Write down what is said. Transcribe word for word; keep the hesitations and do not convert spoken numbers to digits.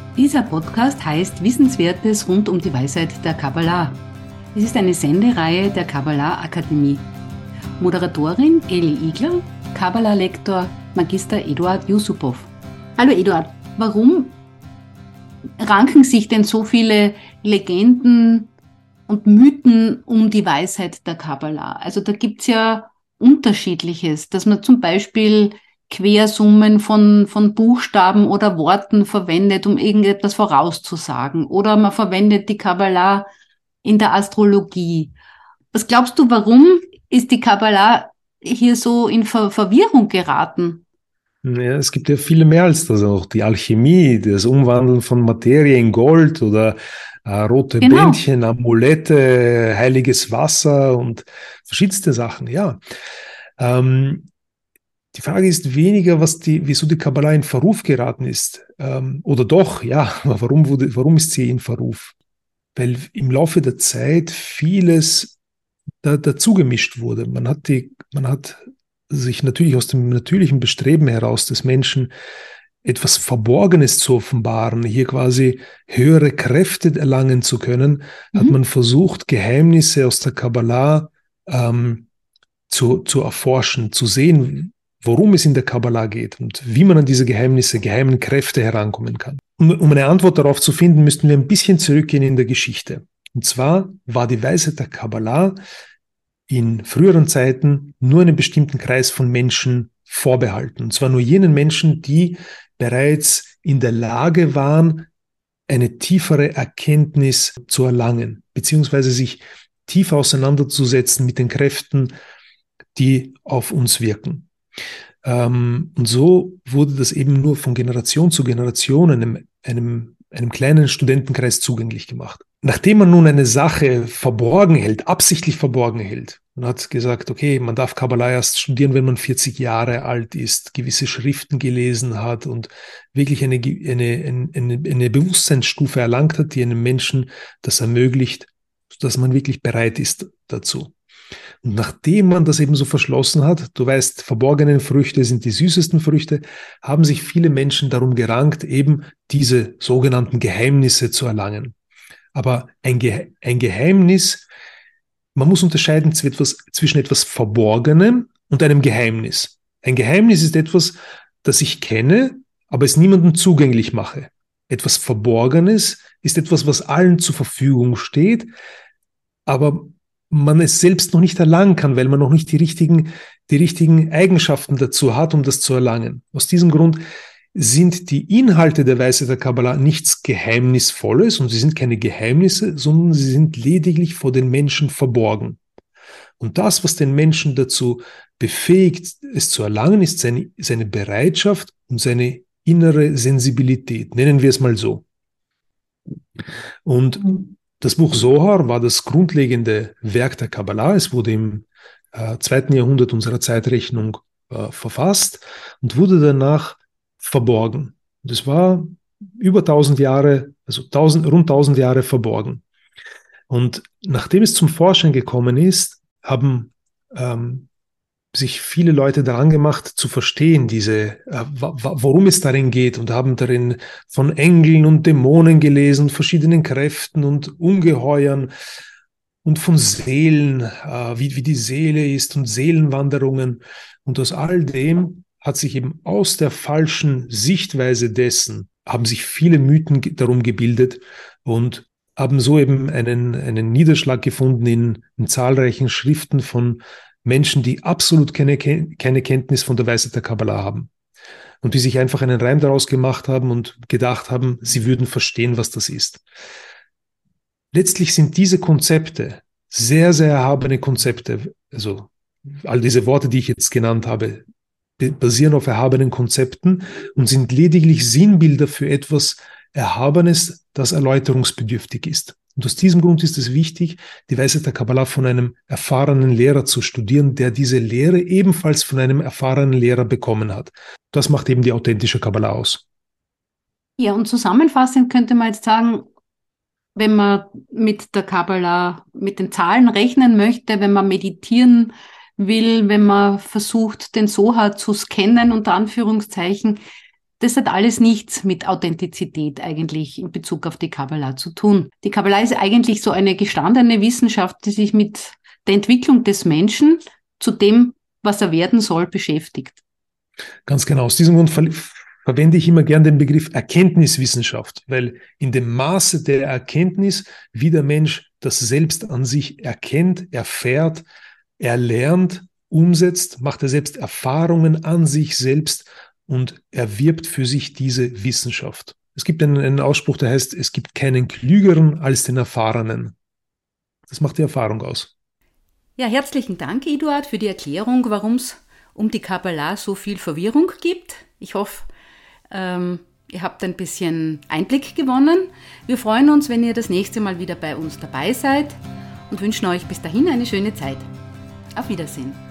Dieser Podcast heißt Wissenswertes rund um die Weisheit der Kabbalah. Es ist eine Sendereihe der Kabbalah Akademie. Moderatorin Eli Igler, Kabbalah-Lektor Magister Eduard Yusupov. Hallo Eduard, warum ranken sich denn so viele Legenden und Mythen um die Weisheit der Kabbalah? Also da gibt's ja Unterschiedliches, dass man zum Beispiel Quersummen von, von Buchstaben oder Worten verwendet, um irgendetwas vorauszusagen. Oder man verwendet die Kabbalah in der Astrologie. Was glaubst du, warum ist die Kabbalah hier so in Ver- Verwirrung geraten? Ja, es gibt ja viele mehr als das auch. Die Alchemie, das Umwandeln von Materie in Gold oder äh, rote Genau. Bändchen, Amulette, heiliges Wasser und verschiedenste Sachen, ja. Ähm, die Frage ist weniger, was die, wieso die Kabbalah in Verruf geraten ist. Ähm, oder doch, ja, aber warum wurde, warum ist sie in Verruf? Weil im Laufe der Zeit vieles da, dazu gemischt wurde. Man hat die, man hat sich natürlich aus dem natürlichen Bestreben heraus des Menschen etwas Verborgenes zu offenbaren, hier quasi höhere Kräfte erlangen zu können, hat Mhm. man versucht, Geheimnisse aus der Kabbalah ähm, zu, zu erforschen, zu sehen, worum es in der Kabbalah geht und wie man an diese Geheimnisse, geheimen Kräfte herankommen kann. Um, um eine Antwort darauf zu finden, müssten wir ein bisschen zurückgehen in der Geschichte. Und zwar war die Weisheit der Kabbalah in früheren Zeiten nur einem bestimmten Kreis von Menschen vorbehalten. Und zwar nur jenen Menschen, die bereits in der Lage waren, eine tiefere Erkenntnis zu erlangen, beziehungsweise sich tief auseinanderzusetzen mit den Kräften, die auf uns wirken. Ähm, und so wurde das eben nur von Generation zu Generation einem, einem, einem kleinen Studentenkreis zugänglich gemacht. Nachdem man nun eine Sache verborgen hält, absichtlich verborgen hält, man hat gesagt, okay, man darf Kabbalah erst studieren, wenn man vierzig Jahre alt ist, gewisse Schriften gelesen hat und wirklich eine, eine, eine, eine Bewusstseinsstufe erlangt hat, die einem Menschen das ermöglicht, dass man wirklich bereit ist dazu. Und nachdem man das eben so verschlossen hat, du weißt, verborgene Früchte sind die süßesten Früchte, haben sich viele Menschen darum gerankt, eben diese sogenannten Geheimnisse zu erlangen. Aber ein, Ge- ein Geheimnis, man muss unterscheiden zwischen etwas, zwischen etwas Verborgenem und einem Geheimnis. Ein Geheimnis ist etwas, das ich kenne, aber es niemandem zugänglich mache. Etwas Verborgenes ist etwas, was allen zur Verfügung steht, aber man es selbst noch nicht erlangen kann, weil man noch nicht die richtigen, die richtigen Eigenschaften dazu hat, um das zu erlangen. Aus diesem Grund sind die Inhalte der Weisheit der Kabbalah nichts Geheimnisvolles und sie sind keine Geheimnisse, sondern sie sind lediglich vor den Menschen verborgen. Und das, was den Menschen dazu befähigt, es zu erlangen, ist seine, seine Bereitschaft und seine innere Sensibilität, nennen wir es mal so. Und das Buch Sohar war das grundlegende Werk der Kabbalah. Es wurde im äh, zweiten Jahrhundert unserer Zeitrechnung äh, verfasst und wurde danach verborgen. Und es war über tausend Jahre, also tausend, rund tausend Jahre verborgen. Und nachdem es zum Vorschein gekommen ist, haben ähm, sich viele Leute daran gemacht, zu verstehen, diese, äh, worum es darin geht, und haben darin von Engeln und Dämonen gelesen, verschiedenen Kräften und Ungeheuern und von Seelen, äh, wie, wie die Seele ist und Seelenwanderungen. Und aus all dem hat sich eben aus der falschen Sichtweise dessen, haben sich viele Mythen ge- darum gebildet und haben so eben einen, einen Niederschlag gefunden in, in zahlreichen Schriften von Menschen, die absolut keine, keine Kenntnis von der Weisheit der Kabbalah haben und die sich einfach einen Reim daraus gemacht haben und gedacht haben, sie würden verstehen, was das ist. Letztlich sind diese Konzepte sehr, sehr erhabene Konzepte, also all diese Worte, die ich jetzt genannt habe, basieren auf erhabenen Konzepten und sind lediglich Sinnbilder für etwas Erhabenes, das erläuterungsbedürftig ist. Und aus diesem Grund ist es wichtig, die Weisheit der Kabbalah von einem erfahrenen Lehrer zu studieren, der diese Lehre ebenfalls von einem erfahrenen Lehrer bekommen hat. Das macht eben die authentische Kabbalah aus. Ja, und zusammenfassend könnte man jetzt sagen, wenn man mit der Kabbalah, mit den Zahlen rechnen möchte, wenn man meditieren will, wenn man versucht, den Sohar zu scannen, unter Anführungszeichen, Das hat alles nichts mit Authentizität eigentlich in Bezug auf die Kabbalah zu tun. Die Kabbalah ist eigentlich so eine gestandene Wissenschaft, die sich mit der Entwicklung des Menschen zu dem, was er werden soll, beschäftigt. Ganz genau. Aus diesem Grund ver verwende ich immer gern den Begriff Erkenntniswissenschaft, weil in dem Maße der Erkenntnis, wie der Mensch das Selbst an sich erkennt, erfährt, erlernt, umsetzt, macht er selbst Erfahrungen an sich selbst und erwirbt für sich diese Wissenschaft. Es gibt einen, einen Ausspruch, der heißt, es gibt keinen Klügeren als den Erfahrenen. Das macht die Erfahrung aus. Ja, herzlichen Dank, Eduard, für die Erklärung, warum es um die Kabbalah so viel Verwirrung gibt. Ich hoffe, ähm, ihr habt ein bisschen Einblick gewonnen. Wir freuen uns, wenn ihr das nächste Mal wieder bei uns dabei seid und wünschen euch bis dahin eine schöne Zeit. Auf Wiedersehen.